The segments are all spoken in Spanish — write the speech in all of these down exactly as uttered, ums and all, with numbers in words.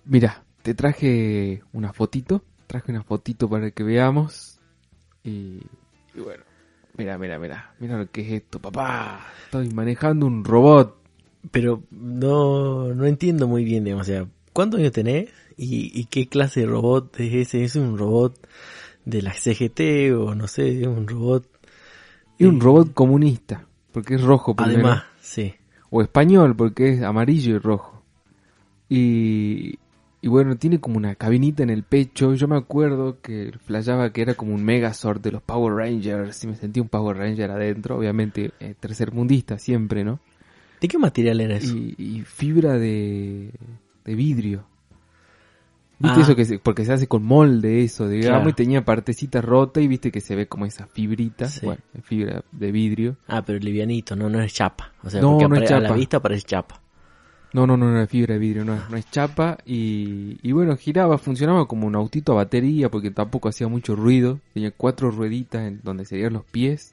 Mira, te traje una fotito, traje una fotito para que veamos. Y, y bueno, mira, mira, mira, mira lo que es esto, papá. Estoy manejando un robot. Pero no, no entiendo muy bien, digamos, o sea, ¿cuántos años tenés? ¿Y, y qué clase de robot es ese? ¿Es un robot de la C G T o no sé, es un robot? Es un robot comunista, porque es rojo primero. Además, sí. O español, porque es amarillo y rojo. Y, y bueno, tiene como una cabinita en el pecho. Yo me acuerdo que flasheaba que era como un Megazord de los Power Rangers. Y me sentía un Power Ranger adentro. Obviamente, eh, tercermundista siempre, ¿no? ¿De qué material era eso? Y, y fibra de, de vidrio. ¿Viste Ah. eso que se, porque se hace con molde eso, digamos, Claro. y tenía partecitas rotas y viste que se ve como esa fibrita, Sí. bueno, fibra de vidrio. Ah, pero livianito, no, no es chapa. O sea, No, porque no es apare- a la chapa. vista parece chapa. No, no, no, no es fibra de vidrio, no, es- no es chapa y, y bueno, giraba, funcionaba como un autito a batería porque tampoco hacía mucho ruido, tenía cuatro rueditas en donde serían los pies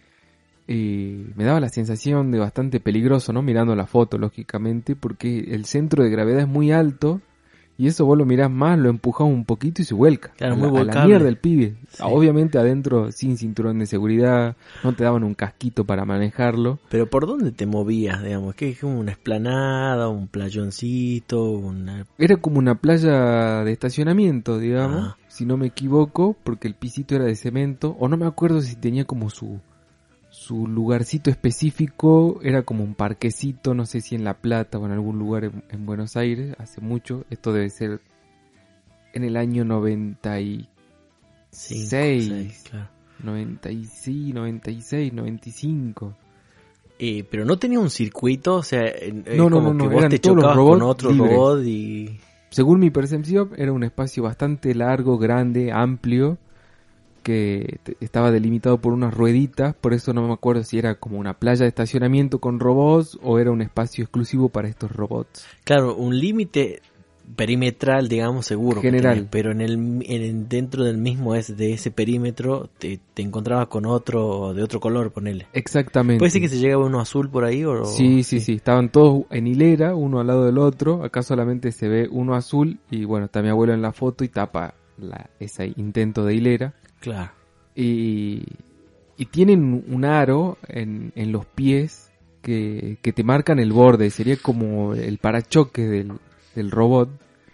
y me daba la sensación de bastante peligroso, ¿no? Mirando la foto, lógicamente, porque el centro de gravedad es muy alto. Y eso vos lo mirás más, lo empujás un poquito y se vuelca. Claro, a, muy la, a la volcable. mierda el pibe. Sí. Obviamente adentro sin cinturón de seguridad, no te daban un casquito para manejarlo. Pero ¿por dónde te movías, digamos? ¿Qué es como una esplanada, un playoncito, una... Era como una playa de estacionamiento, digamos, Ah. si no me equivoco, porque el pisito era de cemento. O no me acuerdo si tenía como su, su lugarcito específico, era como un parquecito, no sé si en La Plata o en algún lugar en, en Buenos Aires, hace mucho. Esto debe ser en el año noventa y Cinco, seis, seis, claro. noventa y seis, noventa y seis, noventa y cinco. Eh, pero no tenía un circuito, o sea, eh, No, no, como no, que no, vos eran te todos los chocabas robots con otro libres. robot y... Según mi percepción, era un espacio bastante largo, grande, amplio, que te- estaba delimitado por unas rueditas, por eso no me acuerdo si era como una playa de estacionamiento con robots o era un espacio exclusivo para estos robots. Claro, un límite perimetral, digamos, seguro. que General. tenés, pero en el, en el- dentro del mismo es de ese perímetro te, te encontrabas con otro de otro color, ponele. Exactamente. ¿Puede ser que se llegaba uno azul por ahí? O... Sí, sí, sí, estaban todos en hilera, uno al lado del otro, acá solamente se ve uno azul y bueno, está mi abuelo en la foto y tapa la, ese intento de hilera. Claro. Y, y tienen un aro en, en los pies que, que te marcan el borde, sería como el parachoque del, del robot.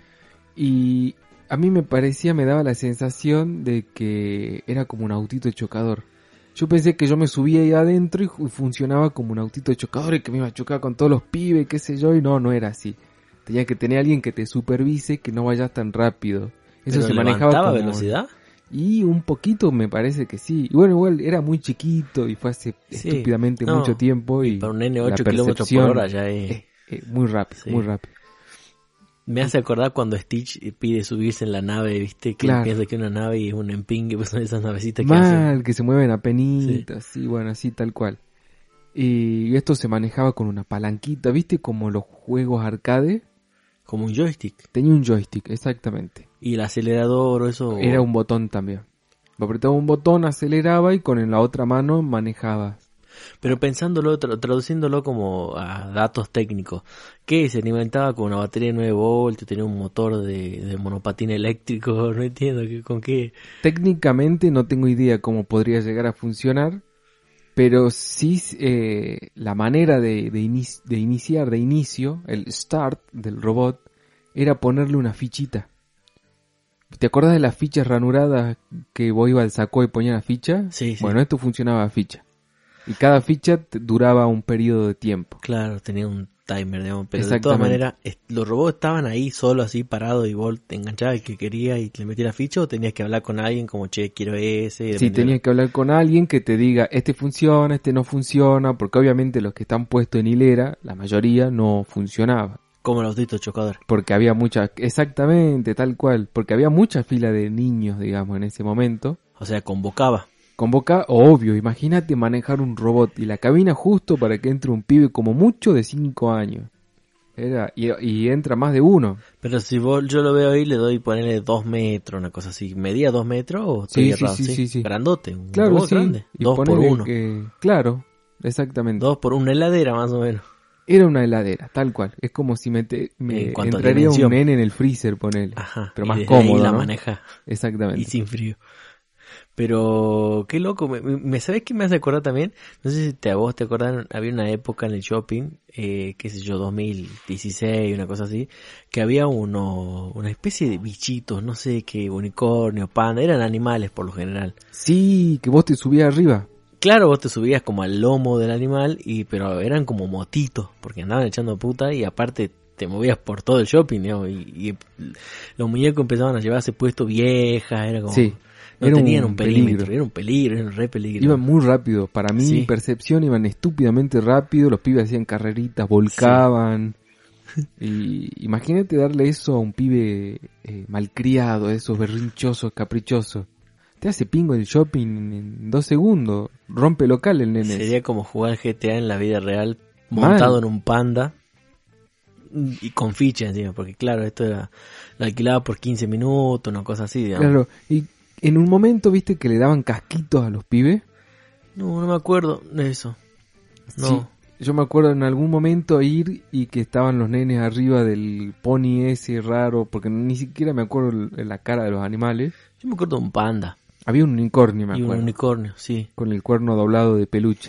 Y a mí me parecía, me daba la sensación de que era como un autito chocador. Yo pensé que yo me subía ahí adentro y fu- funcionaba como un autito chocador y que me iba a chocar con todos los pibes, qué sé yo, y no, no era así. Tenía que tener alguien que te supervise, que no vayas tan rápido. Eso ¿Pero se manejaba levantaba como... velocidad? Y un poquito me parece que sí. Y bueno, igual era muy chiquito y fue hace Sí, estúpidamente no, mucho tiempo. Y, y para un nene la ocho kilómetros por percepción hora ya es... es- es muy rápido, Sí. muy rápido. Me hace acordar cuando Stitch pide subirse en la nave, ¿viste? Que Claro. él piensa que es una nave y es un empingue, pues son esas navecitas que hacen... Mal, que se mueven a penitas, sí. bueno, así tal cual. Y esto se manejaba con una palanquita, ¿viste? Como los juegos arcade. Como un joystick. Tenía un joystick, exactamente. Y el acelerador o eso... Era un botón también. Apretaba un botón, aceleraba y con la otra mano manejaba. Pero pensándolo, tra- traduciéndolo como a datos técnicos, ¿qué? ¿Se alimentaba con una batería de nueve voltios, tenía un motor de, de monopatín eléctrico? No entiendo, ¿qué- ¿con qué? Técnicamente no tengo idea cómo podría llegar a funcionar, pero sí eh, la manera de, de, inici- de iniciar, de inicio, el start del robot, era ponerle una fichita. ¿Te acuerdas de las fichas ranuradas que vos ibas al saco y ponías la ficha? Sí, sí. Bueno, esto funcionaba a ficha. Y cada ficha te- duraba un periodo de tiempo. Claro, tenía un timer, digamos, pero de todas Exactamente. maneras, es- los robots estaban ahí solo así parados y vos te enganchabas el que quería y le metías la ficha o tenías que hablar con alguien como, che, quiero ese. y Sí, depende tenías que hablar con alguien que te diga, este funciona, este no funciona, porque obviamente los que están puestos en hilera, la mayoría no funcionaba. Como el autito chocador. Porque había mucha, exactamente, tal cual, porque había mucha fila de niños, digamos, en ese momento. O sea, convocaba. Convoca, obvio, imagínate manejar un robot y la cabina justo para que entre un pibe como mucho de cinco años. Era, y, y entra más de uno. Pero si vos, yo lo veo ahí, le doy ponerle dos metros, una cosa así. ¿Medía dos metros o estoy Sí, sí, errado? sí, sí, sí. Grandote, un Claro, robot sí. grande. Y Dos por ponele uno. que- claro, exactamente. Dos por una heladera más o menos. Era una heladera, tal cual. Es como si me, te, me En cuanto a entraría dimensión. un nene en el freezer, ponele. Ajá. Pero y más desde ahí cómodo, la ¿no? maneja. Exactamente. Y sin frío. Pero qué loco, me, me ¿sabés qué me hace acordar también? No sé si te, a vos te acordás, había una época en el shopping, eh, qué sé yo, dos mil dieciséis, una cosa así, que había uno, una especie de bichitos, no sé qué, unicornio, panda, eran animales por lo general. Sí, que vos te subías arriba. Claro, vos te subías como al lomo del animal, y pero eran como motitos, porque andaban echando puta y aparte te movías por todo el shopping, digamos, y, y los muñecos empezaban a llevarse puesto viejas, era como... Sí. No Era tenían un, un perímetro, peligro. era un peligro, era un re peligro. Iban muy rápido. Para mi Sí. percepción iban estúpidamente rápido. Los pibes hacían carreritas, volcaban. Y imagínate darle eso a un pibe eh, malcriado, esos berrinchosos, caprichosos. Te hace pingo el shopping en dos segundos. Rompe local el nene. Sería como jugar G T A en la vida real, montado Mal. en un panda y con ficha encima, porque claro, esto era, lo alquilaba por quince minutos, una cosa así, digamos. Claro. Y en un momento, viste que le daban casquitos a los pibes. No, no me acuerdo de eso. No. Sí. Yo me acuerdo en algún momento ir y que estaban los nenes arriba del pony ese raro, porque ni siquiera me acuerdo el- la cara de los animales. Yo me acuerdo de un panda Había un unicornio, me y un acuerdo, unicornio, sí. con el cuerno doblado de peluche.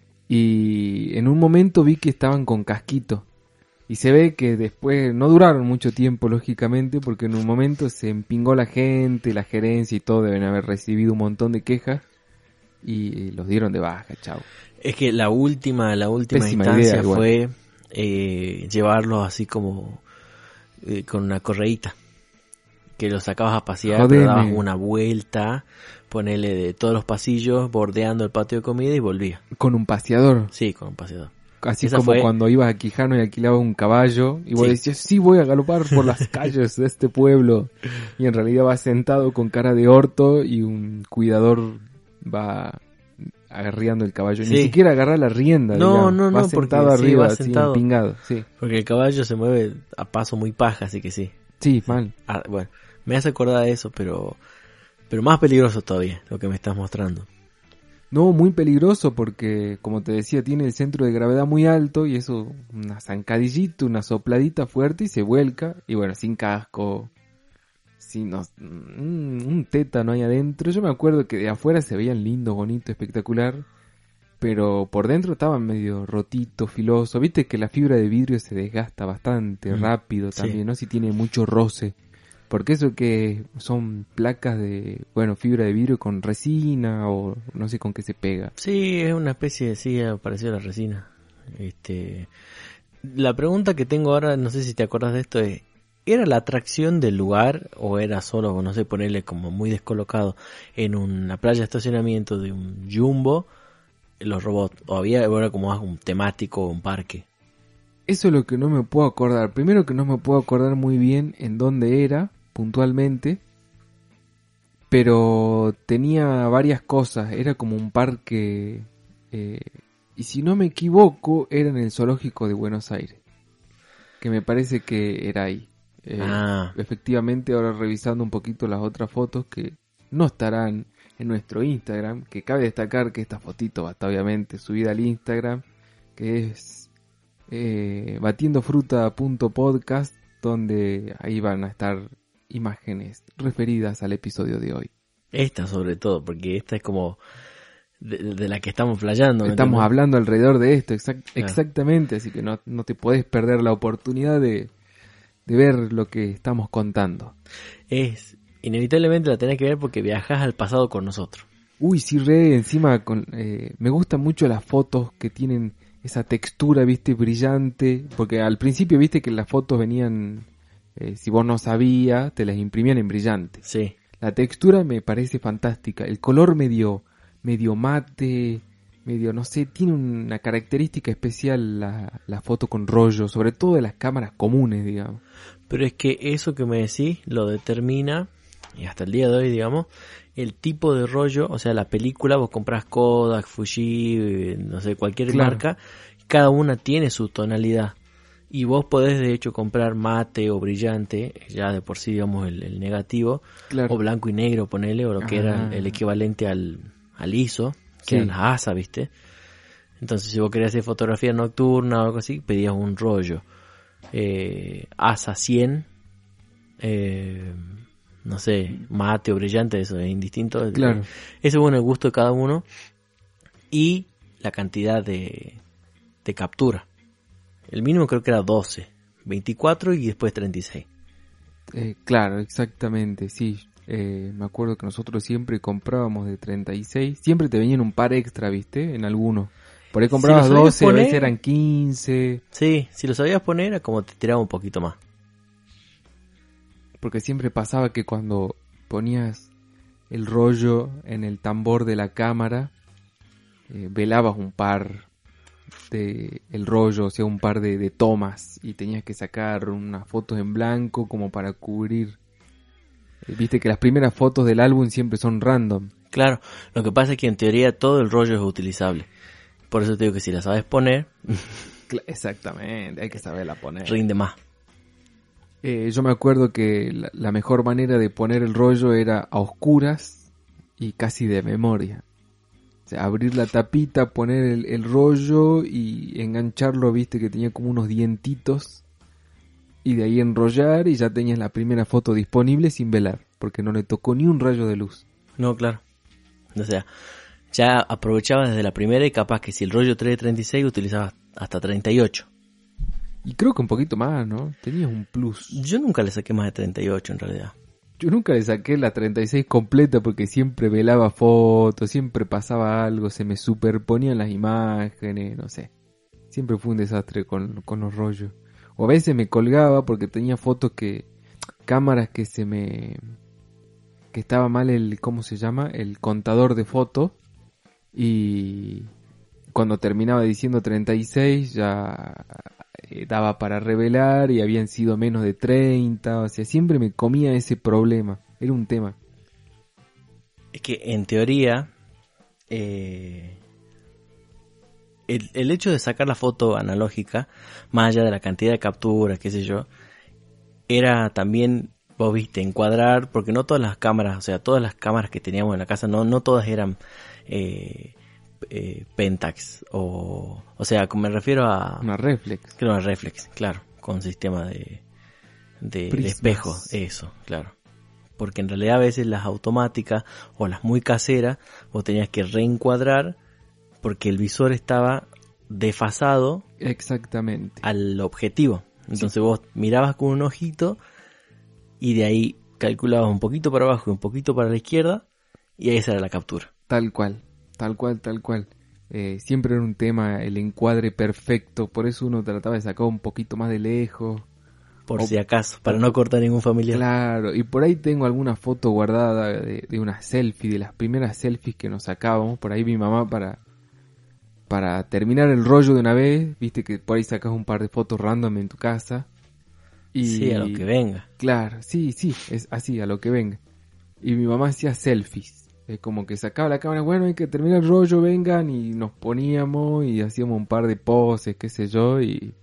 Y en un momento vi que estaban con casquito. Y se ve que después no duraron mucho tiempo, lógicamente, porque en un momento se empingó la gente, la gerencia y todo, deben haber recibido un montón de quejas y los dieron de baja, chao. Es que la última, la última Pésima instancia idea, igual. fue eh, llevarlos así como eh, con una correíta. Que los sacabas a pasear, Jodeme. pero dabas una vuelta, ponele de todos los pasillos, bordeando el patio de comida y volvía. Con un paseador, Sí, con un paseador. así Esa como fue- cuando ibas a Quijano y alquilabas un caballo y vos Sí. decías, sí, voy a galopar por las calles de este pueblo. Y en realidad vas sentado con cara de orto y un cuidador va agarreando el caballo. Ni Sí. siquiera agarra la rienda, No, digamos. no, no, va porque sentado sí, arriba, va así sentado. empingado. Sí, Porque el caballo se mueve a paso muy paja, así que sí. sí, mal. Ah, bueno, me hace acordar de eso, pero pero más peligroso todavía lo que me estás mostrando. No, muy peligroso porque, como te decía, tiene el centro de gravedad muy alto y eso, una zancadillita, una sopladita fuerte y se vuelca. Y bueno, sin casco, sin no- un, un tétano ahí adentro. Yo me acuerdo que de afuera se veían lindo, bonito, espectacular. Pero por dentro estaban medio rotito, filoso. Viste que la fibra de vidrio se desgasta bastante Mm, rápido sí. también, ¿no? Si tiene mucho roce. Porque eso que son placas de, bueno, fibra de vidrio con resina o no sé con qué se pega. Sí, es una especie de sí, parecido a la resina. Este, la pregunta que tengo ahora, no sé si te acuerdas de esto, es, ¿era la atracción del lugar o era solo, no sé, ponerle como muy descolocado en una playa de estacionamiento de un jumbo los robots? ¿O había, era como más un temático, un parque? Eso es lo que no me puedo acordar. Primero que no me puedo acordar muy bien en dónde era, puntualmente. Pero tenía varias cosas. Era como un parque... eh, y si no me equivoco, era en el zoológico de Buenos Aires. Que me parece que era ahí. Eh, Ah. Efectivamente, ahora revisando un poquito las otras fotos que no estarán en nuestro Instagram. Que cabe destacar que esta fotito va a estar obviamente subida al Instagram. Que es... Eh, batiendofruta punto podcast, donde ahí van a estar imágenes referidas al episodio de hoy. Esta sobre todo, porque esta es como de, de la que estamos flayando. ¿me Estamos entendés? hablando alrededor de esto, exact- Claro. exactamente, así que no, no te podés perder la oportunidad de, de ver lo que estamos contando. Es, inevitablemente la tenés que ver porque viajás al pasado con nosotros. Uy, sí, re, encima con, eh, me gustan mucho las fotos que tienen esa textura, viste, brillante, porque al principio viste que las fotos venían, eh, si vos no sabías, te las imprimían en brillante. Sí. La textura me parece fantástica, el color medio, medio mate, medio, no sé, tiene una característica especial la, la foto con rollo, sobre todo de las cámaras comunes, digamos. Pero es que eso que me decís lo determina, y hasta el día de hoy, digamos, el tipo de rollo, o sea, la película, vos comprás Kodak, Fuji, no sé, cualquier Claro. marca, cada una tiene su tonalidad. Y vos podés de hecho comprar mate o brillante, ya de por sí digamos el, el negativo, Claro. o blanco y negro, ponele, o lo que Ah. era el equivalente al, al I S O, que Sí. eran las A S A, ¿viste? Entonces, si vos querías hacer fotografía nocturna o algo así, pedías un rollo eh, ASA cien, eh, no sé, mate o brillante, eso es indistinto. Claro. Eso es bueno, el gusto de cada uno. Y la cantidad de, de captura. El mínimo creo que era doce, veinticuatro y después treinta y seis. Eh, claro, exactamente, sí. Eh, me acuerdo que nosotros siempre comprábamos de treinta y seis. Siempre te venían un par extra, ¿viste? En alguno. Por ahí comprabas Si lo sabías doce, poner, a veces eran quince. Sí, si lo sabías poner era como te tiraba un poquito más. Porque siempre pasaba que cuando ponías el rollo en el tambor de la cámara, eh, velabas un par de el rollo, o sea, un par de, de tomas, y tenías que sacar unas fotos en blanco como para cubrir. Eh, Viste que las primeras fotos del álbum siempre son random. Claro, lo que pasa es que en teoría todo el rollo es utilizable. Por eso te digo que si la sabes poner, Exactamente, hay que saberla poner. rinde más. Eh, yo me acuerdo que la, la mejor manera de poner el rollo era a oscuras y casi de memoria. O sea, abrir la tapita, poner el, el rollo y engancharlo, viste que tenía como unos dientitos. Y de ahí enrollar y ya tenías la primera foto disponible sin velar, porque no le tocó ni un rayo de luz. No, claro. O sea, ya aprovechabas desde la primera y capaz que si el rollo tres de treinta y seis utilizabas hasta treinta y ocho. Y creo que un poquito más, ¿no? Tenías un plus. Yo nunca le saqué más de treinta y ocho en realidad. Yo nunca le saqué la treinta y seis completa porque siempre velaba fotos, siempre pasaba algo, se me superponían las imágenes, no sé. Siempre fue un desastre con, con los rollos. O a veces me colgaba porque tenía fotos que... cámaras que se me... que estaba mal el... ¿cómo se llama? El contador de fotos. Y... cuando terminaba diciendo treinta y seis ya... eh, daba para revelar y habían sido menos de treinta. O sea, siempre me comía ese problema. Era un tema. Es que en teoría, eh, el, el hecho de sacar la foto analógica, más allá de la cantidad de capturas, qué sé yo, era también, vos viste, encuadrar, porque no todas las cámaras, o sea, todas las cámaras que teníamos en la casa, no, no todas eran eh, eh, Pentax, o, o sea, me refiero a... Una reflex. Creo una reflex, claro, con sistema de, de, de espejo, eso, claro. Porque en realidad a veces las automáticas o las muy caseras vos tenías que reencuadrar porque el visor estaba desfasado. Exactamente. Al objetivo. Entonces Sí. vos mirabas con un ojito y de ahí calculabas un poquito para abajo y un poquito para la izquierda y esa era la captura. Tal cual, tal cual, tal cual. Eh, siempre era un tema el encuadre perfecto, por eso uno trataba de sacar un poquito más de lejos. Por O- si acaso, para no cortar ningún familiar. Claro, y por ahí tengo alguna foto guardada de, de una selfie, de las primeras selfies que nos sacábamos. Por ahí mi mamá para para terminar el rollo de una vez, viste que por ahí sacas un par de fotos random en tu casa. Y Sí, a lo que venga. claro, sí, sí, es así, a lo que venga. Y mi mamá hacía selfies. Es como que sacaba la cámara, bueno, hay que terminar el rollo, vengan, y nos poníamos y hacíamos un par de poses, qué sé yo, y,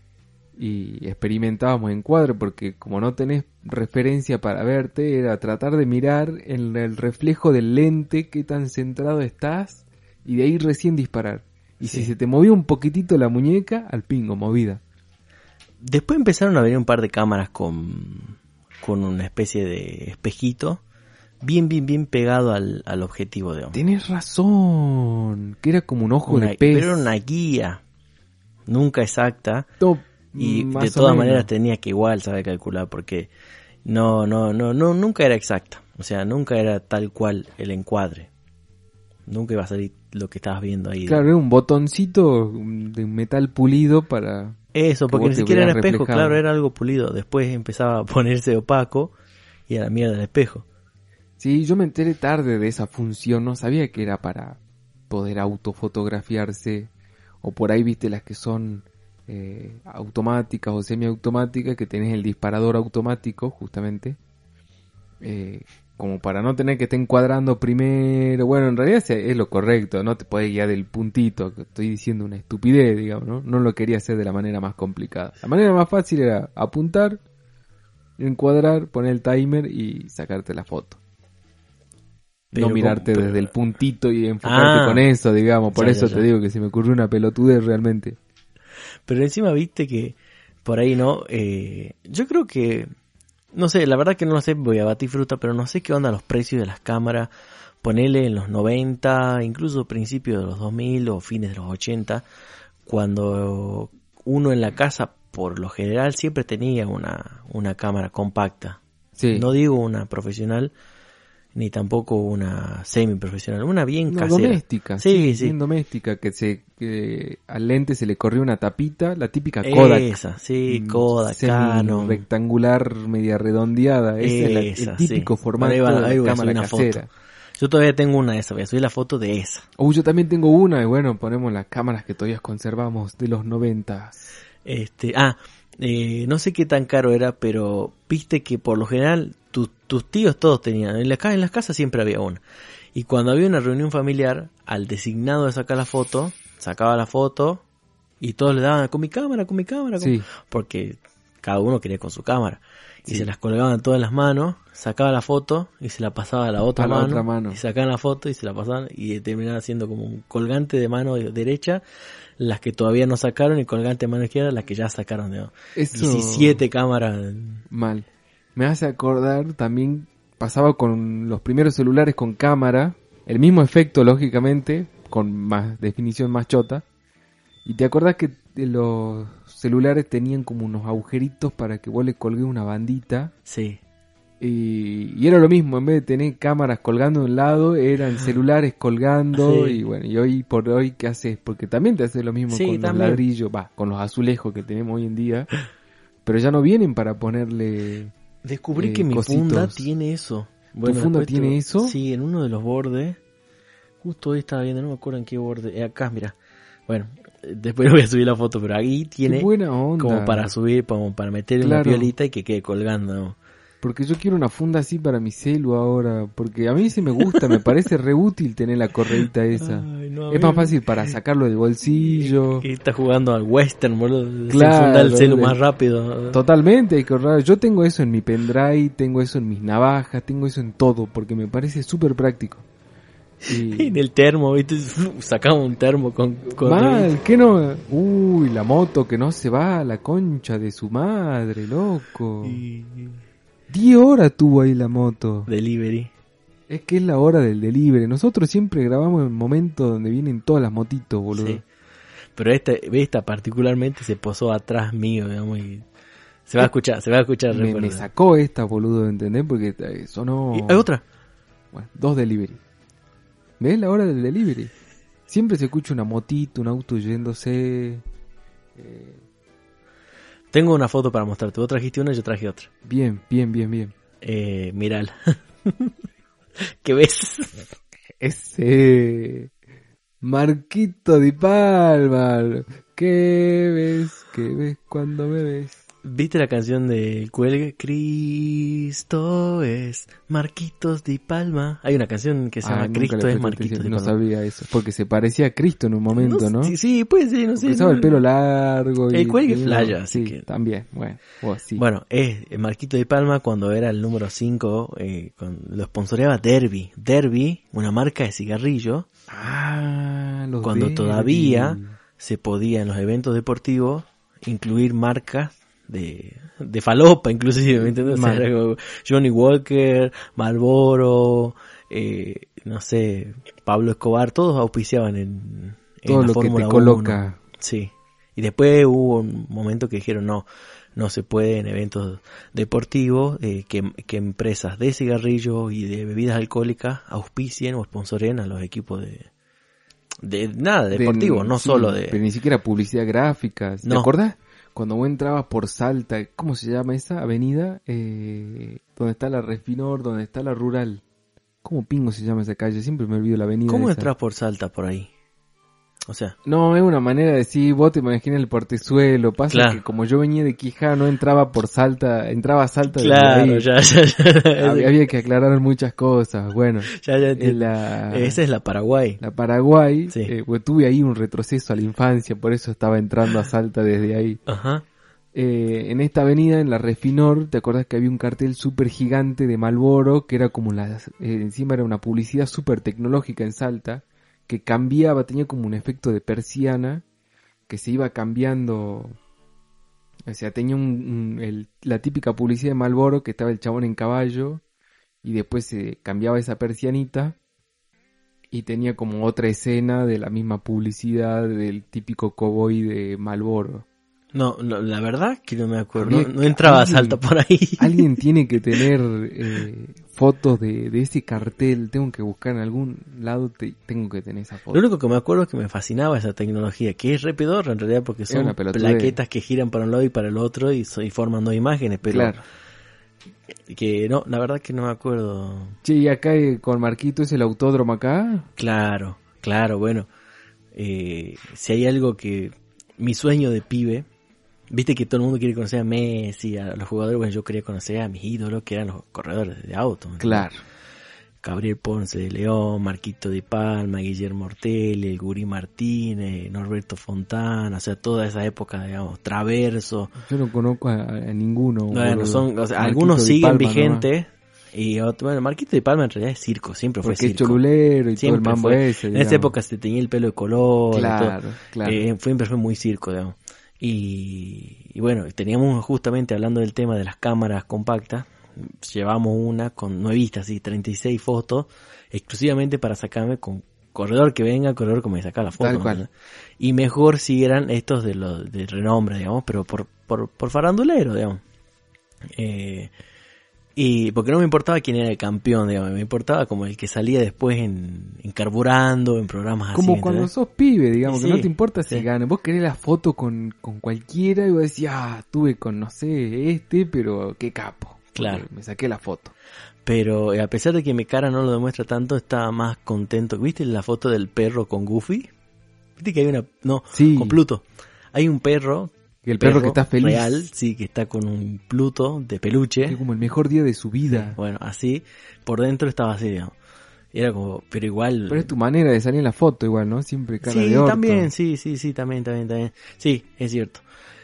y experimentábamos en cuadro, porque como no tenés referencia para verte, era tratar de mirar en el reflejo del lente qué tan centrado estás, y de ahí recién disparar. Y Sí. si se te movía un poquitito la muñeca, al pingo, movida. Después empezaron a venir un par de cámaras con, con una especie de espejito bien, bien, bien pegado al, al objetivo, digamos. Tenés razón, que era como un ojo Una- de pez. pero era una guía, nunca exacta, To- y más de o todas menos. maneras tenía que igual saber calcular, porque no, no, no, no, nunca era exacta. O sea, nunca era tal cual el encuadre. Nunca iba a salir lo que estabas viendo ahí. Claro, era un botoncito de un metal pulido para... Eso, que porque vos ni te siquiera era veas espejo, reflejado. claro, era algo pulido. Después empezaba a ponerse opaco y a la mierda del espejo. Sí, yo me enteré tarde de esa función, no sabía que era para poder autofotografiarse. O por ahí viste las que son eh, automáticas o semiautomáticas, que tenés el disparador automático, justamente. Eh, como para no tener que estar encuadrando primero. Bueno, en realidad es- es lo correcto, no te podés guiar del puntito, que estoy diciendo una estupidez, digamos, ¿no? No lo quería hacer de la manera más complicada. La manera más fácil era apuntar, encuadrar, poner el timer y sacarte la foto. Pero no mirarte con- pero- desde el puntito y enfocarte Ah, con eso, digamos. Por ya, eso ya, te ya. digo que se me ocurrió una pelotudez realmente. Pero encima viste que por ahí no, eh, yo creo que, no sé, la verdad que no lo sé, voy a batir fruta, pero no sé qué onda los precios de las cámaras, ponele en los noventa, incluso principios de los dos mil o fines de los ochenta, cuando uno en la casa por lo general siempre tenía una, una cámara compacta. Sí. No digo una profesional, ni tampoco una semi-profesional, una bien No, casera. doméstica, Sí, sí, sí. bien doméstica, que se que al lente se le corrió una tapita, la típica Kodak. Esa, sí, mm, Kodak, Canon. rectangular, media redondeada, ese es la- Esa, el típico sí. formato Ahí va- de la ahí voy a cámara subir una casera. foto. Yo todavía tengo una de esas, voy a subir la foto de esa. Uy, yo también tengo una, y bueno, ponemos las cámaras que todavía conservamos de los noventas. Este, ah, eh, no sé qué tan caro era, pero viste que por lo general tu- tus tíos todos tenían, en, la, ca- en las casas siempre había una. Y cuando había una reunión familiar, al designado de sacar la foto, sacaba la foto y todos le daban con mi cámara, con mi cámara, con-". Sí. porque cada uno quería con su cámara. Y Sí. se las colgaban todas en las manos, sacaba la foto y se la pasaba a la otra, A la mano, otra mano. y sacaban la foto y se la pasaban y terminaba siendo como un colgante de mano derecha, las que todavía no sacaron, y colgante de mano izquierda, las que ya sacaron de Eso diecisiete cámaras. mal. Me hace acordar también, pasaba con los primeros celulares con cámara, el mismo efecto lógicamente, con más definición más chota. Y te acordás que los celulares tenían como unos agujeritos para que vos le colgues una bandita. Sí. Y, y era lo mismo, en vez de tener cámaras colgando de un lado, eran celulares colgando. Sí. Y bueno, y hoy por hoy, ¿qué haces? Porque también te hace lo mismo Sí, con los también. ladrillos, va, con los azulejos que tenemos hoy en día. Pero ya no vienen para ponerle... Descubrí Eh, que mi cositos. funda tiene eso. funda después tiene te- eso? Sí, en uno de los bordes. Justo hoy estaba viendo, no me acuerdo en qué borde. Eh, acá, mira. Bueno, eh, después voy a subir la foto, pero ahí tiene Qué buena onda. como para subir, como para meter una Claro. piolita y que quede colgando. ¿no? Porque yo quiero una funda así para mi celu ahora. Porque a mí sí me gusta, me parece re útil tener la correita esa. Ay, no, a Es mí más me- fácil para sacarlo del bolsillo. Que está jugando al western, boludo. Claro, Se funda el celu de- más rápido. Totalmente, hay que ahorrar. Yo tengo eso en mi pendrive, tengo eso en mis navajas, tengo eso en todo, porque me parece súper práctico. Y... En el termo, ¿viste? Sacamos un termo con... con Mal, ¿qué no? Uy, la moto que no se va a la concha de su madre, loco. y- diez horas tuvo ahí la moto. Delivery. Es que es la hora del delivery. Nosotros siempre grabamos en el momento donde vienen todas las motitos, boludo. Sí. Pero esta, esta particularmente se posó atrás mío, digamos, y se va a escuchar, se va a escuchar. Me, recuerdo. me sacó esta, boludo, ¿entendés? Porque eh, sonó... Y hay otra. Bueno, dos delivery. ¿Ves la hora del delivery? Siempre se escucha una motito, un auto yéndose. Eh, Tengo una foto para mostrarte. Vos trajiste una y yo traje otra. bien, bien, bien, bien. Eh, mirala. ¿Qué ves? Ese Marquito Di Palma. ¿Qué ves? ¿Qué ves cuando me ves? ¿Viste la canción de Cuelgue? Cristo es Marquitos Di Palma. Hay una canción que se llama Ah, nunca Cristo le es presté Marquitos atención, Di no Palma. sabía eso. Porque se parecía a Cristo en un momento, ¿no? Sí, sí, puede ser, no sé. Porque usaba no- el pelo largo. Y El cuelgue tenía- flaya, así sí, que- también. Bueno, vos sí. Bueno, es Marquito Di Palma cuando era el número cinco, eh, con- lo sponsoreaba Derby. Derby, una marca de cigarrillo, Ah, los cuando Derby. todavía se podía en los eventos deportivos incluir marcas de, de falopa, inclusive, ¿me entiendes? O sea, Mal. era como Johnny Walker, Marlboro, eh, no sé, Pablo Escobar, todos auspiciaban en, en Todo la lo que te Fórmula coloca. uno. Sí. Y después hubo un momento que dijeron no, no se puede en eventos deportivos eh, que, que empresas de cigarrillos y de bebidas alcohólicas auspicien o sponsoren a los equipos de, de nada, De- deportivos, no sí, solo de... Pero ni siquiera publicidad gráfica. ¿Te No. acordás? Cuando vos entrabas por Salta, ¿cómo se llama esa avenida? Eh, donde está la Refinor, donde está la Rural. ¿Cómo pingo se llama esa calle? Siempre me olvido la avenida. ¿Cómo esa. entras por Salta por ahí? O sea, No, es una manera de decir, vos te imaginas el portezuelo. Pasa Claro. que como yo venía de Quijá, no entraba por Salta, entraba a Salta desde claro, ahí. ya, ya, ya, Había, había que aclarar muchas cosas. Bueno, ya, ya en entiendo. la, Esa es la Paraguay. la Paraguay, Sí. eh, pues tuve ahí un retroceso a la infancia, por eso estaba entrando a Salta desde ahí. Ajá. Eh, en esta avenida, en la Refinor, ¿te acordás que había un cartel súper gigante de Marlboro? Que era como la... Eh, encima era una publicidad súper tecnológica en Salta, que cambiaba, tenía como un efecto de persiana, que se iba cambiando... O sea, tenía un, un, el, la típica publicidad de Marlboro, que estaba el chabón en caballo, y después se cambiaba esa persianita, y tenía como otra escena de la misma publicidad del típico cowboy de Marlboro. No, no, la verdad que no me acuerdo. No, no entraba a Salta por ahí. Alguien tiene que tener eh, fotos de, de ese cartel. Tengo que buscar en algún lado. Te, tengo que tener esa foto. Lo único que me acuerdo es que me fascinaba esa tecnología, que es re pedorra en realidad, porque son plaquetas que giran para un lado y para el otro y, so, y forman dos imágenes, pero claro. Que no, la verdad que no me acuerdo. Che, y acá eh, con Marquito es el autódromo acá. Claro, claro, bueno. Eh, si hay algo que... Mi sueño de pibe... Viste que todo el mundo quiere conocer a Messi, a los jugadores. Bueno, yo quería conocer a mis ídolos, que eran los corredores de auto. ¿no? Claro. Gabriel Ponce de León, Marquito de Palma, Guillermo Ortelli, el Gurí Martínez, Norberto Fontana, o sea, toda esa época, digamos, Traverso. Yo no conozco a, a ninguno. Bueno, son, o sea, algunos siguen vigentes. Y otro, bueno, Marquito de Palma en realidad es circo, siempre fue Porque circo. Porque es cholulero y siempre todo el mambo fue, ese. En digamos. esa época se tenía el pelo de color. Claro, todo. claro. Eh, siempre fue muy circo, digamos. Y, y bueno, teníamos justamente hablando del tema de las cámaras compactas, llevamos una con nuevistas, así, treinta y seis fotos, exclusivamente para sacarme con corredor que venga, corredor que me saca la foto. Tal cual. ¿no? Y mejor si eran estos de los de renombre, digamos, pero por, por, por farandulero, digamos. Eh, y porque no me importaba quién era el campeón, digamos, me importaba como el que salía después en, en Carburando, en programas como así. Como cuando ¿entendés? sos pibe, digamos, sí, que no te importa si sí. gana. Vos querés la foto con, con cualquiera y vos decís, ah, tuve con, no sé, este, pero qué capo. Claro. Me saqué la foto. Pero a pesar de que mi cara no lo demuestra tanto, estaba más contento. ¿Viste la foto del perro con Goofy? ¿Viste que hay una... No, sí. con Pluto. Hay un perro... Y el perro, perro que está feliz. Real, sí, que está con un Pluto de peluche. Es como el mejor día de su vida. Sí, bueno, así, por dentro estaba así, digamos. Era como, pero igual... Pero es tu manera de salir en la foto igual, ¿no? Siempre cara sí, de orto. también, sí, sí, sí, también, también, también. Sí, es cierto.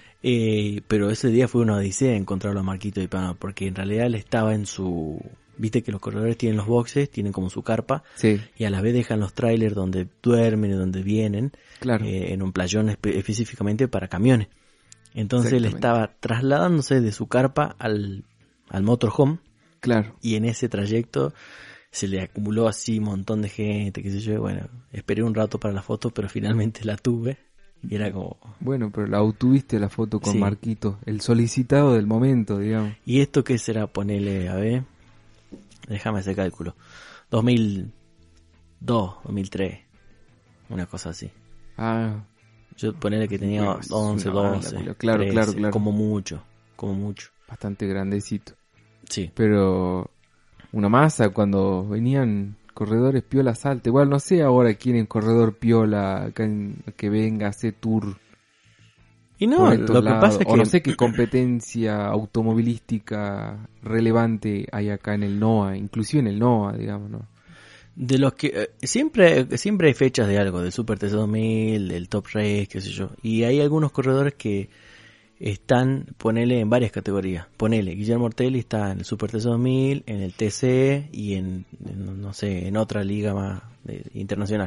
Eh, pero ese día fue una odisea encontrarlo a Marquito de Palma, porque en realidad él estaba en su... Viste que los corredores tienen los boxes, tienen como su carpa, sí. Y a la vez dejan los trailers donde duermen y donde vienen, claro. eh, en un playón espe- específicamente para camiones. Entonces él estaba trasladándose de su carpa al, al motorhome. Claro. Y en ese trayecto se le acumuló así un montón de gente, qué sé yo. Bueno, esperé un rato para la foto, pero finalmente la tuve. Y era como... Bueno, pero la obtuviste la foto con sí. Marquito. El solicitado del momento, digamos. ¿Y esto qué será? Ponele, a ver... Déjame ese cálculo. dos mil dos, dos mil tres. Una cosa así. Ah... Yo ponele que tenía bueno, once, doce, banda, claro, trece, claro, claro. como mucho, como mucho. Bastante grandecito. Sí. Pero una masa cuando venían corredores piola Salta. Igual no sé ahora quién es corredor piola acá en, que venga a hacer tour. Y no, lo que lados. pasa es que... O no sé qué competencia automovilística relevante hay acá en el NOA, inclusive en el NOA, digamos, ¿no? De los que eh, siempre siempre hay fechas de algo, del Super T C dos mil, del Top Race, qué sé yo. Y hay algunos corredores que están, ponele, en varias categorías. Ponele, Guillermo Ortelli está en el Super T C dos mil, en el T C y en, en no sé, en otra liga más eh, internacional.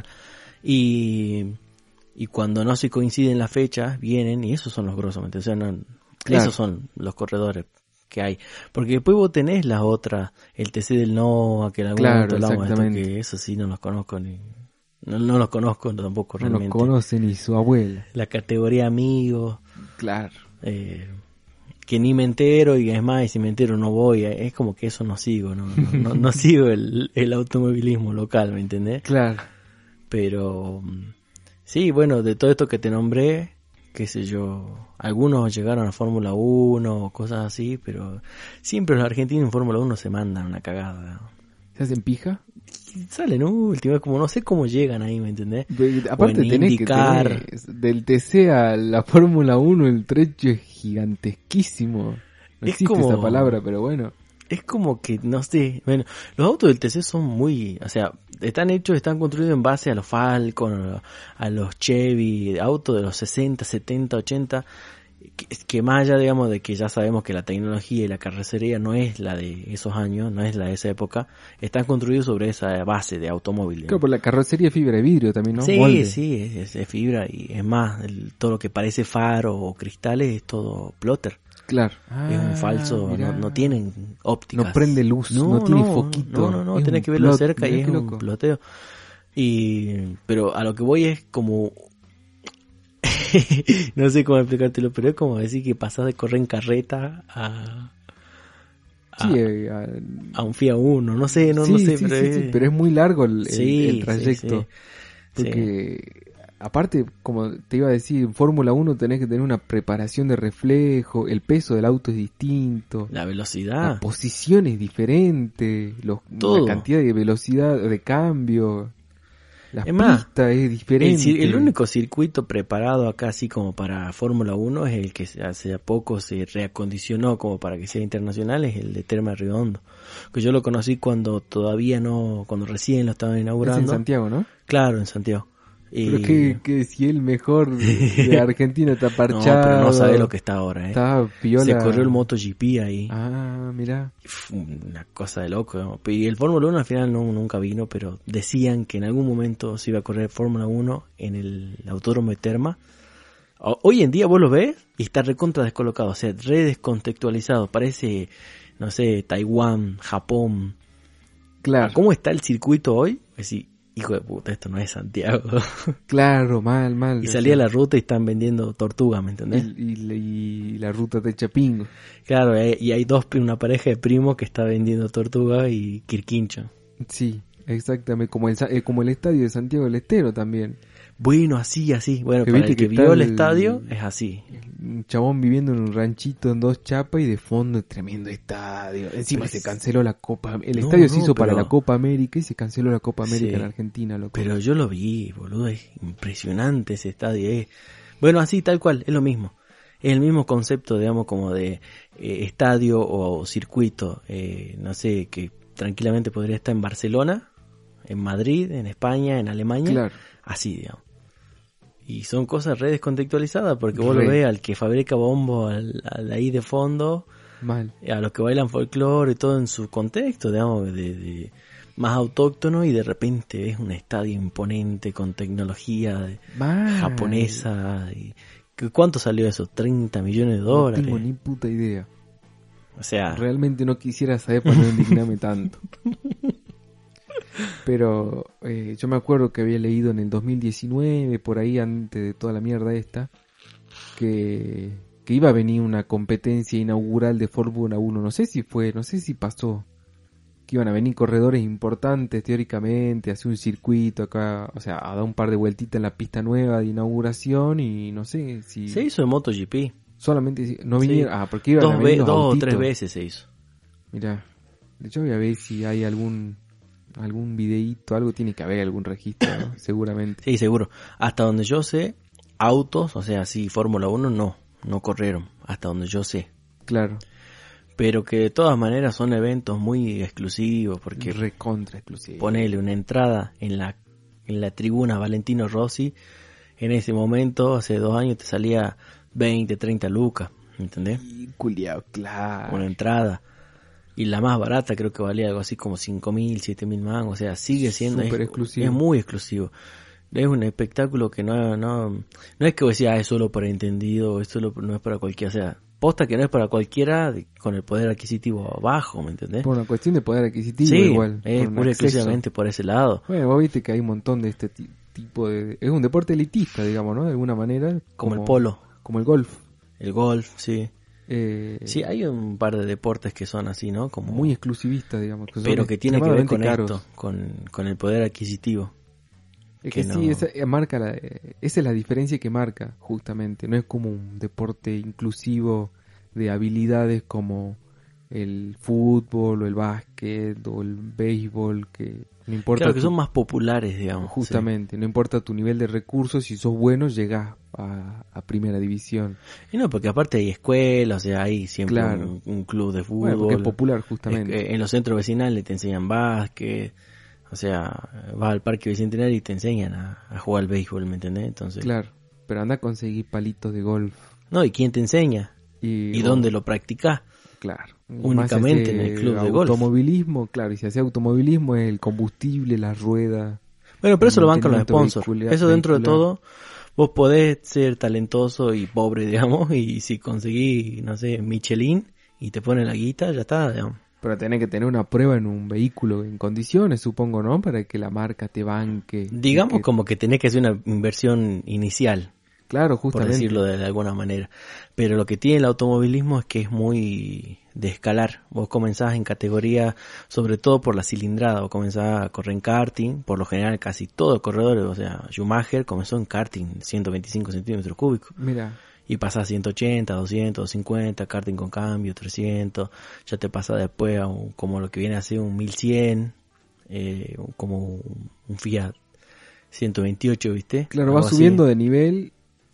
Y, y cuando no se coinciden las fechas, vienen, y esos son los grosos, ¿me entiendes? O sea, no, claro. Esos son los corredores que hay, porque después vos tenés las otras, el T C del NOA, que en algún claro, momento hablamos de esto, que eso sí no los conozco ni no, no los conozco tampoco no realmente. No los conoce ni su abuela. La categoría amigos, claro, eh, que ni me entero, y es más, y si me entero no voy, es como que eso no sigo, no, no, no, no sigo el, el automovilismo local, ¿me entendés? Claro. Pero sí, bueno, de todo esto que te nombré, qué sé yo, algunos llegaron a Fórmula uno o cosas así, pero siempre los argentinos en Fórmula uno se mandan una cagada. ¿Se hacen pija? Salen últimos, como no sé cómo llegan ahí, ¿me entendés? De, aparte tenés indicar... que tener, del T C a la Fórmula uno el trecho es gigantesquísimo. No es existe como... esa palabra, pero bueno. Es como que, no sé, bueno, los autos del T C son muy, o sea, están hechos, están construidos en base a los Falcon, a los Chevy, autos de los sesenta, setenta, ochenta, que, que más allá, digamos, de que ya sabemos que la tecnología y la carrocería no es la de esos años, no es la de esa época, están construidos sobre esa base de automóvil. Claro, por la carrocería es fibra de vidrio también, ¿no? Sí, Molde. sí, es, es, es fibra y es más, el, todo lo que parece faro o cristales es todo plotter. Claro. Es un falso, mirá. no, no tienen ópticas. No prende luz, no, tiene foquito. No, no, no, Es tenés un que verlo plot, cerca y mirá es qué un loco. ploteo. Y, pero a lo que voy es como, no sé cómo explicártelo, pero es como decir que pasás de correr en carreta a, a, Sí, eh, a, a un Fiat Uno, no sé, no, sí, no sé, sí, pero, sí, es, sí, pero es muy largo el, el- sí, el trayecto. sí, sí, Porque, aparte, como te iba a decir, en Fórmula uno tenés que tener una preparación de reflejo, el peso del auto es distinto, la la velocidad, posición es diferente, los, Todo. la cantidad de velocidad de cambio, la Es más, pista es el, diferente. cir- el único circuito preparado acá así como para Fórmula uno es el que se- hace poco se reacondicionó como para que sea internacional, es el de Terma de Río Hondo, que yo lo conocí cuando todavía no, cuando recién lo estaban Es inaugurando. en Santiago, ¿no? Claro, en Santiago. Y... Pero que, que si el mejor de Argentina está No, parchado. pero no sabe lo que está ahora, ¿eh? Está piola. Se corrió el MotoGP ahí. Ah, mirá. Y fue una cosa de loco, ¿no? Y el Fórmula uno al final no, nunca vino, pero decían que en algún momento se iba a correr Fórmula uno en el Autódromo de Terma. O- Hoy en día vos lo ves y está recontra descolocado, o sea, re descontextualizado. Parece, no sé, Taiwán, Japón. Claro. ¿Cómo está el circuito hoy? Es decir, hijo de puta, esto no es Santiago. Claro, mal, mal. Y o salía a sea, la ruta y están vendiendo tortugas, ¿me entendés? Y, y- y la ruta de Chapingo. Claro, eh, y hay dos, una pareja de primos que está vendiendo tortuga y quirquincho. Sí, exactamente. Como el, Sa- eh, como el estadio de Santiago del Estero también. Bueno, así, así. Bueno, Que para viste el que, que está vio el el- estadio, es así. Un chabón viviendo en un ranchito en dos chapas y de fondo tremendo estadio. Encima Pero se es- canceló la Copa. El No, estadio se no, hizo para pero- la Copa América y se canceló la Copa América Sí. en Argentina, loco. Pero yo lo vi, boludo, es impresionante ese estadio. Es... Bueno, así, tal cual, es lo mismo. Es el mismo concepto, digamos, como de eh, estadio o circuito. Eh, no sé, que tranquilamente podría estar en Barcelona, en Madrid, en España, en Alemania. Claro. Así, digamos. Y son cosas re descontextualizadas porque vos Re. lo ves al que fabrica bombo, al, al ahí de fondo, Mal. a los que bailan folclore y todo en su contexto, digamos, de, de más autóctono, y de repente ves un estadio imponente con tecnología de- Mal. japonesa. Y, ¿cu- ¿cuánto salió eso? treinta millones de No dólares. tengo ni puta idea. O sea, Realmente no quisiera saber para no indignarme tanto. Pero eh, yo me acuerdo que había leído en el dos mil diecinueve, por ahí antes de toda la mierda esta, que, que iba a venir una competencia inaugural de Fórmula uno. No sé si fue, no sé si pasó. Que iban a venir corredores importantes teóricamente, hacer un circuito acá, o sea, a dar un par de vueltitas en la pista nueva de inauguración y no sé si... se hizo en MotoGP. Solamente si- no Sí. vinieron, ah, porque iban a Dos, venir ve- los dos o autitos. tres veces se hizo. Mirá, yo voy a ver si hay algún algún videíto, algo tiene que haber, algún registro, ¿no? Seguramente. Sí, seguro. Hasta donde yo sé, autos, o sea, sí, Fórmula uno no, no corrieron, hasta donde yo sé. Claro, Pero que de todas maneras son eventos muy exclusivos, porque recontra exclusivo. ponele una entrada en la, en la tribuna Valentino Rossi, en ese momento, hace dos años, te salía veinte, treinta lucas, ¿entendés? Y culiao, claro. Una entrada. Y la más barata creo que valía algo así como cinco mil, siete mil mangos, o sea, sigue siendo... Súper es, exclusivo. es muy exclusivo. Es un espectáculo que no, no, no es que vos decís, ah, es solo para entendido, es solo, no es para cualquiera, o sea, posta que no es para cualquiera de- con el poder adquisitivo bajo, ¿me entendés? Por una cuestión de poder adquisitivo Sí, igual. es por un pura y acceso. exclusivamente por ese lado. Bueno, vos viste que hay un montón de este ti- tipo de... Es un deporte elitista, digamos, ¿no? De alguna manera. Como el polo. Como el golf. El golf, sí. Eh, Sí, hay un par de deportes que son así, ¿no? Como muy exclusivista, digamos. Que son pero que tiene que ver con extremadamente esto, con, con el poder adquisitivo. Es que que, no- sí, esa, eh, marca la, eh, esa es la diferencia que marca, justamente. No es como un deporte inclusivo de habilidades como el fútbol o el básquet o el béisbol, que no importa. Claro que tu- son más populares, digamos. Justamente, no importa tu nivel de recursos, si sos bueno llegás a, a primera división. Sí. Y no, porque aparte hay escuelas, o sea, hay siempre Claro. un, un club de fútbol. Bueno, porque es popular, Es justamente. que en los centros vecinales te enseñan básquet, o sea, vas al parque bicentenario y te enseñan a, a jugar al béisbol, ¿me entendés? Entonces, Claro, pero anda a conseguir palitos de golf No, ¿y quién te enseña? Y, ¿Y o- dónde lo practicás? Claro. Únicamente en el club de golf. Automovilismo, claro, y si hace automovilismo es el combustible, las ruedas. Bueno, pero el eso lo bancan los mantenimiento sponsors. vehicula- Eso dentro de vehicular. todo, vos podés ser talentoso y pobre, digamos, y si conseguís, no sé, Michelin y te ponen la guita, ya está, digamos. Pero tenés que tener una prueba en un vehículo en condiciones, supongo, ¿no? Para que la marca te banque. Digamos y que- como que tenés que hacer una inversión inicial, Claro, por justamente. decirlo de, de alguna manera. Pero lo que tiene el automovilismo es que es muy de escalar. Vos comenzás en categoría, sobre todo por la cilindrada, vos comenzás a correr en karting, por lo general casi todos los corredores, o sea, Schumacher comenzó en karting, ciento veinticinco centímetros cúbicos, Mira, y pasás a ciento ochenta, doscientos, doscientos cincuenta, karting con cambio, trescientos, ya te pasa después a un- como lo que viene a ser un mil cien, eh, como un, un Fiat ciento veintiocho, ¿viste? claro, Algo vas así. subiendo de nivel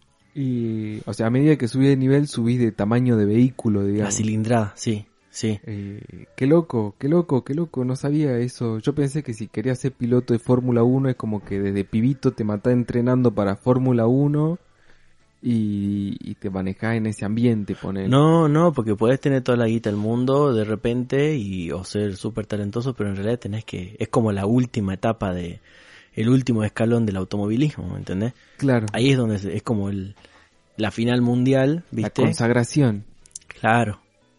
y, o sea, a medida que subís de nivel, subís de tamaño de vehículo, La digamos. cilindrada, sí, sí. Eh, qué loco, qué loco, qué loco, no sabía eso. Yo pensé que si querías ser piloto de Fórmula uno es como que desde pibito te matás entrenando para Fórmula uno y, y te manejás en ese ambiente, ponele. No, no, porque podés tener toda la guita del mundo de repente y o ser súper talentoso, pero en realidad tenés que, es como la última etapa de, el último escalón del automovilismo, ¿me entendés? Claro, Ahí es donde se- es como el, la final mundial, la ¿viste? consagración. Claro.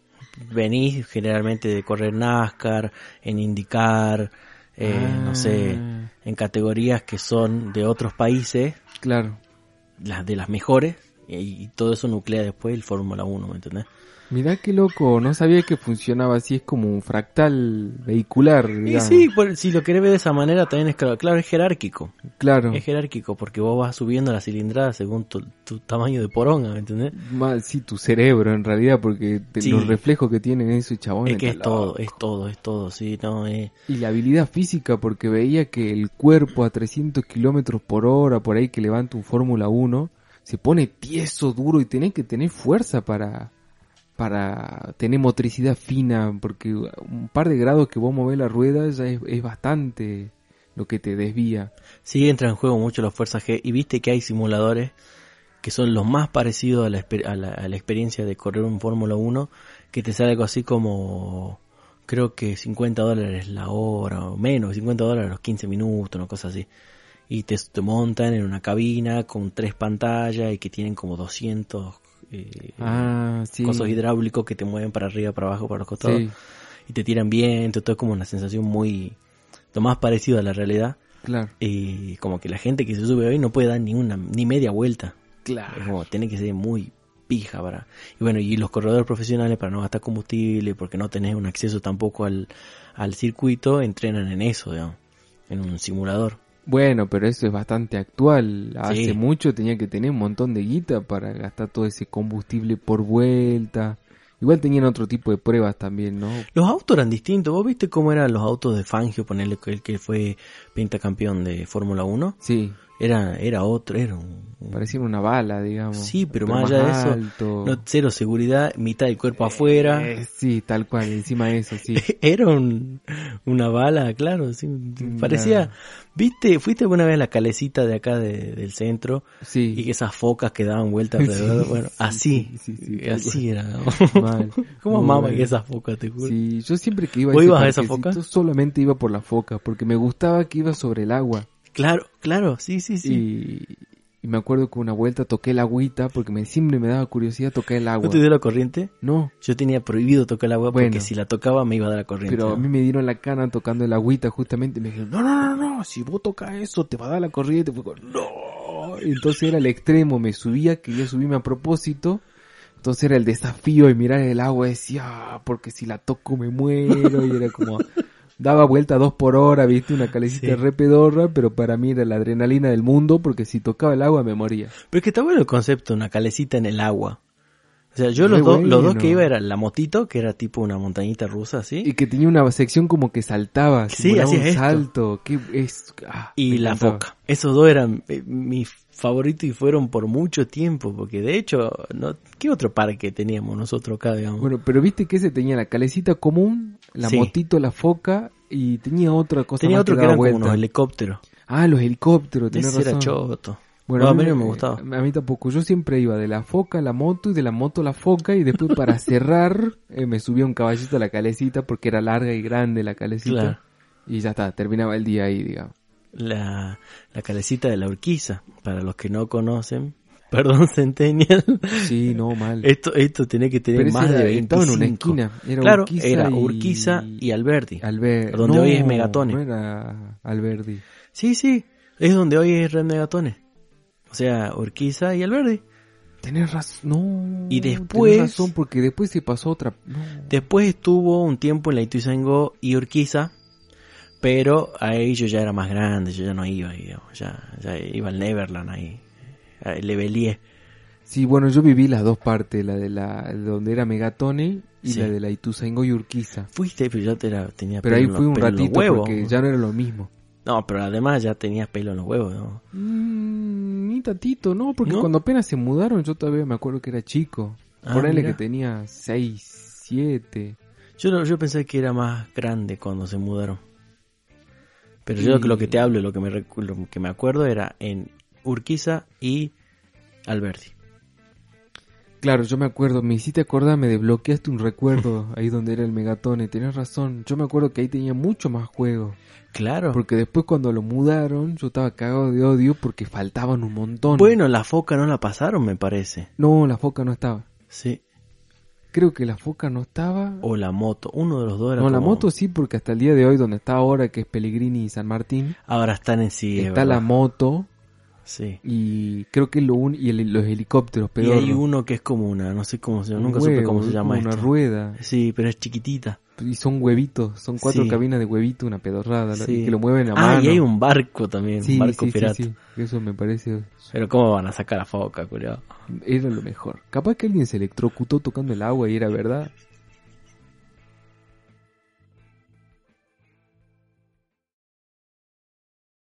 Venís generalmente de correr NASCAR, en IndyCar, eh, Ah, no sé, en categorías que son de otros países, Claro. las de las mejores, y, y todo eso nuclea después el Fórmula uno, ¿me entendés? Mirá qué loco, no sabía que funcionaba así, es como un fractal vehicular, Y digamos. sí, por- si lo querés ver de esa manera también es claro, claro, es jerárquico. Claro, Es jerárquico porque vos vas subiendo la cilindrada según tu, tu tamaño de poronga, ¿me entendés? más sí, tu cerebro en realidad, porque te- Sí. los reflejos que tienen esos chabones. Es que es está todo, loco. es todo, es todo, sí, no, eh. Y la habilidad física, porque veía que el cuerpo a trescientos kilómetros por hora, por ahí que levanta un Fórmula uno, se pone tieso, duro, y tenés que tener fuerza para, para tener motricidad fina, porque un par de grados que vos movés la rueda ya es, es bastante lo que te desvía. Sí entra en juego mucho la fuerza G y viste que hay simuladores que son los más parecidos a la, exper- a la, a la experiencia de correr un Fórmula uno, que te sale algo así como, creo que cincuenta dólares la hora o menos, cincuenta dólares los quince minutos, una cosa así. Y te, te montan en una cabina con tres pantallas y que tienen como doscientos eh, Ah, sí. cosos hidráulicos que te mueven para arriba, para abajo, para los costados. Sí, Y te tiran viento, todo es como una sensación muy, lo más parecido a la realidad. claro. Y como que la gente que se sube hoy no puede dar ni una, ni media vuelta. Es Claro. como, tiene que ser muy pija para... Y bueno, y los corredores profesionales para no gastar combustible, porque no tenés un acceso tampoco al, al circuito, entrenan en eso, digamos, en un simulador. Bueno, pero eso es bastante actual. Hace Sí. mucho tenía que tener un montón de guita para gastar todo ese combustible por vuelta. Igual tenían otro tipo de pruebas también, ¿no? Los autos eran distintos. ¿Vos viste cómo eran los autos de Fangio, ponerle el que fue pentacampeón de Fórmula uno? Sí, Era, era otro, era un... un- parecía una bala, digamos. Sí, pero más allá de eso, alto. no, cero seguridad, mitad del cuerpo afuera. Eh, sí, tal cual, encima de eso, sí. Era un, una bala, claro, sí, parecía, viste, fuiste alguna vez a la calecita de acá de- del centro Sí. y que esas focas que daban vueltas alrededor, Sí, bueno, sí, así, sí, sí, sí, tal así era, ¿no? Mal. ¿Cómo Muy amaba bueno. que esas focas, te juro? Sí, yo siempre que iba ¿Vos ese ibas a esa parquecito, foca? solamente iba por la foca, porque me gustaba que iba sobre el agua. Claro, claro, sí, sí, sí. Y, y me acuerdo que una vuelta toqué el agüita, porque me, siempre me daba curiosidad tocar el agua. ¿No te dio la corriente? No, Yo tenía prohibido tocar el agua porque Bueno. si la tocaba me iba a dar la corriente. pero ¿no? a mí me dieron la cana tocando el agüita justamente y me dijeron, no, no, no, no, si vos tocas eso te va a dar la corriente. Fue como, no, y entonces era el extremo, me subía, quería subirme a propósito, entonces era el desafío de mirar el agua, decía, ah, porque si la toco me muero, y era como, daba vuelta dos por hora, viste, una calecita Sí. re pedorra, pero para mí era la adrenalina del mundo, porque si tocaba el agua me moría. Pero es que está bueno el concepto, una calecita en el agua. O sea, yo Re los, dos los dos bueno. que iba era la motito, que era tipo una montañita rusa, ¿sí? Y que tenía una sección como que saltaba, Sí, simulaba hacía un esto. salto, que es, ah, Y me la encantaba. foca. Esos dos eran eh, mis favoritos y fueron por mucho tiempo, porque de hecho, no, ¿qué otro parque teníamos nosotros acá, digamos? Bueno, pero viste que ese tenía la calecita común, la Sí. motito, la foca y tenía otra cosa Tenía más otro que daba eran como vuelta. unos helicópteros. Ah, los helicópteros, tenés Ese era razón. choto. Bueno, No, a mí no me gustaba. A mí tampoco. Yo siempre iba de la foca a la moto y de la moto a la foca y después para cerrar eh, me subía un caballito a la calecita porque era larga y grande la calecita. Claro. Y ya está, terminaba el día ahí, digamos. La, la calecita de la Urquiza, para los que no conocen. Perdón, Centennial. Sí, no, mal. Esto esto tenía que tener Pero ese más era- de veinticinco. estaba en una esquina. Era Claro, Urquiza era y... Urquiza y Alberdi. Alber- donde no, hoy es Megatone. No era Alberdi. Sí, sí, es donde hoy es Red Megatone. O sea, Urquiza y Alberdi. Tenés razón. No. Y después- Tenés razón porque después se pasó otra. No. Después estuvo un tiempo en la Ituzaingó y Urquiza, pero ahí yo ya era más grande, yo ya no iba, digamos, ya, ya iba al Neverland ahí, a Levelier. Sí, bueno, yo viví las dos partes, la de la donde era Megatone y Sí. la de la Ituzaingó y Urquiza. Fuiste, pero ya te era- tenía Pero pelo ahí en los- fui un pelo en los ratito huevos. porque ya no era lo mismo. No, pero además ya tenías pelo en los huevos, ¿no? Mm, ni tantito, no, porque ¿No? cuando apenas se mudaron yo todavía me acuerdo que era chico. Ah, Ponele mira. que tenía seis, siete. Yo, no- yo pensé que era más grande cuando se mudaron. Pero Y- yo lo que te hablo, lo que me recu- lo que me acuerdo era en Urquiza y Alberdi. Claro, yo me acuerdo, me hiciste acordar, me desbloqueaste un recuerdo ahí donde era el Megatone, tenés razón. Yo me acuerdo que ahí tenía mucho más juegos. Claro. Porque después cuando lo mudaron yo estaba cagado de odio porque faltaban un montón. Bueno, la foca no la pasaron, me parece. No, la foca no estaba. Sí. Creo que la foca no estaba. O la moto, uno de los dos era No, la como- moto sí, porque hasta el día de hoy, donde está ahora, que es Pellegrini y San Martín, Ahora están en sí, es está la verdad. moto Sí. y creo que es lo un... y el- los helicópteros, Y pero hay uno que es como una, no sé cómo se llama, nunca supe cómo se llama una esta. rueda. Sí, pero es chiquitita. Y son huevitos, son cuatro Sí. cabinas de huevito, una pedorrada, Sí. y que lo mueven a Ah, mano. y hay un barco también, Sí, un barco sí, sí, pirata. sí, eso me parece... Pero cómo van a sacar a foca, culiao. Era lo mejor. Capaz que alguien se electrocutó tocando el agua y era verdad.